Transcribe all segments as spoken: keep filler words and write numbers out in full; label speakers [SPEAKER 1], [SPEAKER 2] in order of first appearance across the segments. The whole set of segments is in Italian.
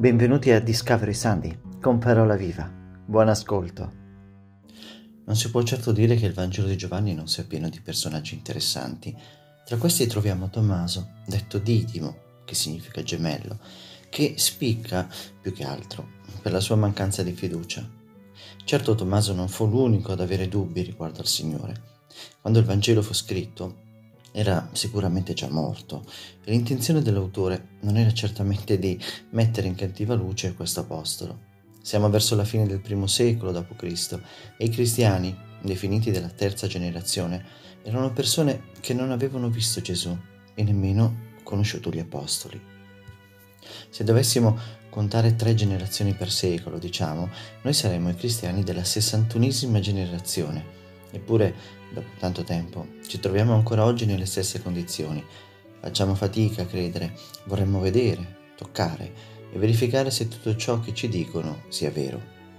[SPEAKER 1] Benvenuti a Discovery Sunday con Parola Viva. Buon ascolto. Non si può certo dire che il Vangelo di Giovanni non sia pieno di personaggi interessanti. Tra questi troviamo Tommaso, detto Didimo, che significa gemello, che spicca più che altro per la sua mancanza di fiducia. Certo, Tommaso non fu l'unico ad avere dubbi riguardo al Signore. Quando il Vangelo fu scritto, era sicuramente già morto e l'intenzione dell'autore non era certamente di mettere in cattiva luce questo apostolo. Siamo verso la fine del primo secolo dopo Cristo e i cristiani, definiti della terza generazione, erano persone che non avevano visto Gesù e nemmeno conosciuto gli apostoli. Se dovessimo contare tre generazioni per secolo, diciamo, noi saremmo i cristiani della sessantunesima generazione. Eppure, dopo tanto tempo, ci troviamo ancora oggi nelle stesse condizioni. Facciamo fatica a credere, vorremmo vedere, toccare e verificare se tutto ciò che ci dicono sia vero.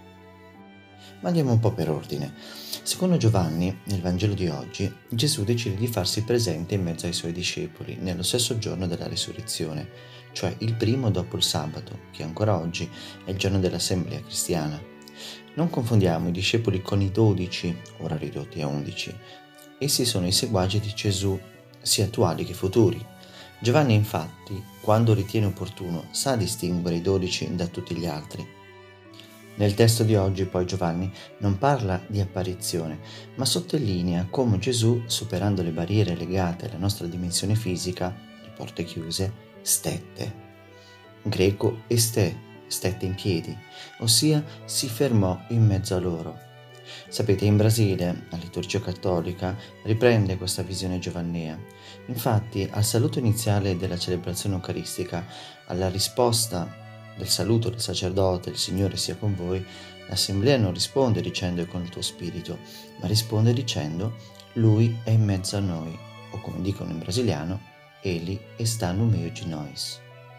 [SPEAKER 1] Ma andiamo un po' per ordine. Secondo Giovanni, nel Vangelo di oggi, Gesù decide di farsi presente in mezzo ai suoi discepoli nello stesso giorno della risurrezione, cioè il primo dopo il sabato, che ancora oggi è il giorno dell'assemblea cristiana. Non confondiamo i discepoli con i dodici, ora ridotti a undici. Essi sono i seguaci di Gesù, sia attuali che futuri. Giovanni, infatti, quando ritiene opportuno, sa distinguere i dodici da tutti gli altri. Nel testo di oggi, poi, Giovanni non parla di apparizione, ma sottolinea come Gesù, superando le barriere legate alla nostra dimensione fisica, le porte chiuse, stette. Greco este, stette in piedi, ossia si fermò in mezzo a loro. Sapete, in Brasile la liturgia cattolica riprende questa visione giovannea. Infatti, al saluto iniziale della celebrazione eucaristica, alla risposta del saluto del sacerdote, il Signore sia con voi, l'assemblea non risponde dicendo è con il tuo spirito, ma risponde dicendo Lui è in mezzo a noi, o come dicono in brasiliano, Ele está no meio de nós.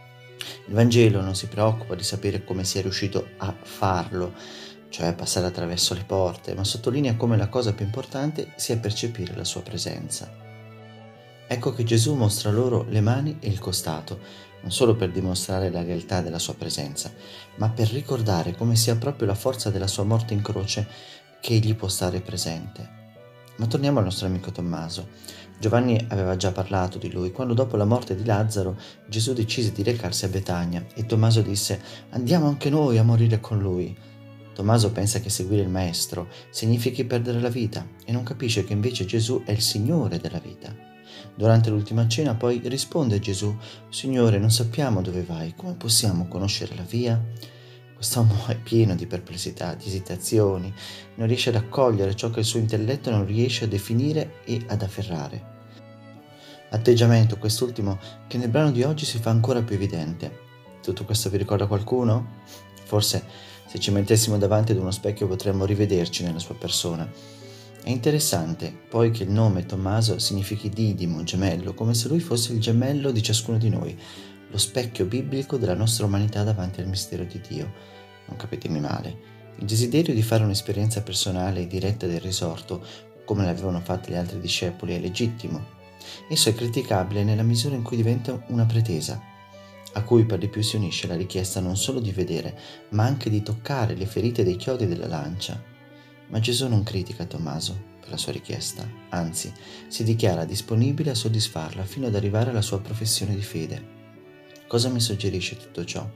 [SPEAKER 1] Il Vangelo non si preoccupa di sapere come sia riuscito a farlo, cioè passare attraverso le porte, ma sottolinea come la cosa più importante sia percepire la sua presenza. Ecco che Gesù mostra loro le mani e il costato, non solo per dimostrare la realtà della sua presenza, ma per ricordare come sia proprio la forza della sua morte in croce che gli può stare presente. Ma torniamo al nostro amico Tommaso. Giovanni aveva già parlato di lui quando dopo la morte di Lazzaro Gesù decise di recarsi a Betania e Tommaso disse «Andiamo anche noi a morire con lui». Tommaso pensa che seguire il Maestro significhi perdere la vita e non capisce che invece Gesù è il Signore della vita. Durante l'ultima cena poi risponde Gesù «Signore, non sappiamo dove vai, come possiamo conoscere la via?» Quest'uomo è pieno di perplessità, di esitazioni, non riesce ad accogliere ciò che il suo intelletto non riesce a definire e ad afferrare. Atteggiamento, quest'ultimo, che nel brano di oggi si fa ancora più evidente. Tutto questo vi ricorda qualcuno? Forse, se ci mettessimo davanti ad uno specchio potremmo rivederci nella sua persona. È interessante, poi, che il nome Tommaso significhi Didimo, gemello, come se lui fosse il gemello di ciascuno di noi, lo specchio biblico della nostra umanità davanti al mistero di Dio. Non capitemi male, il desiderio di fare un'esperienza personale e diretta del risorto, come l'avevano fatto gli altri discepoli, è legittimo. Esso è criticabile nella misura in cui diventa una pretesa, a cui per di più si unisce la richiesta non solo di vedere, ma anche di toccare le ferite dei chiodi della lancia. Ma Gesù non critica Tommaso per la sua richiesta, anzi, si dichiara disponibile a soddisfarla fino ad arrivare alla sua professione di fede. Cosa mi suggerisce tutto ciò?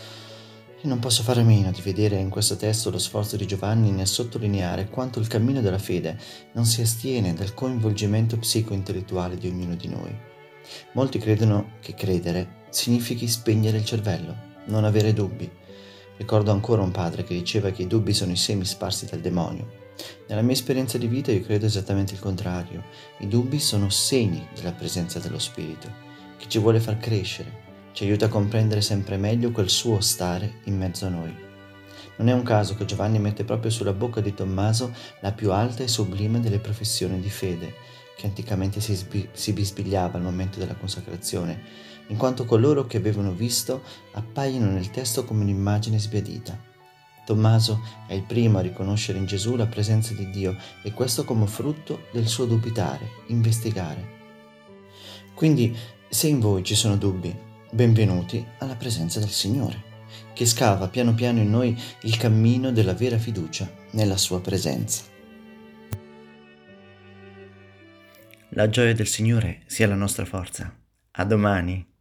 [SPEAKER 1] Io non posso fare a meno di vedere in questo testo lo sforzo di Giovanni nel sottolineare quanto il cammino della fede non si astiene dal coinvolgimento psico-intellettuale di ognuno di noi. Molti credono che credere significhi spegnere il cervello, non avere dubbi. Ricordo ancora un padre che diceva che i dubbi sono i semi sparsi dal demonio. Nella mia esperienza di vita io credo esattamente il contrario. I dubbi sono segni della presenza dello Spirito, che ci vuole far crescere, ci aiuta a comprendere sempre meglio quel suo stare in mezzo a noi. Non è un caso che Giovanni mette proprio sulla bocca di Tommaso la più alta e sublime delle professioni di fede, che anticamente si, sbi- si bisbigliava al momento della consacrazione, in quanto coloro che avevano visto appaiono nel testo come un'immagine sbiadita. Tommaso è il primo a riconoscere in Gesù la presenza di Dio e questo come frutto del suo dubitare, investigare. Quindi, se in voi ci sono dubbi, benvenuti alla presenza del Signore. che scava piano piano in noi il cammino della vera fiducia nella sua presenza. La gioia del Signore sia la nostra forza. A domani.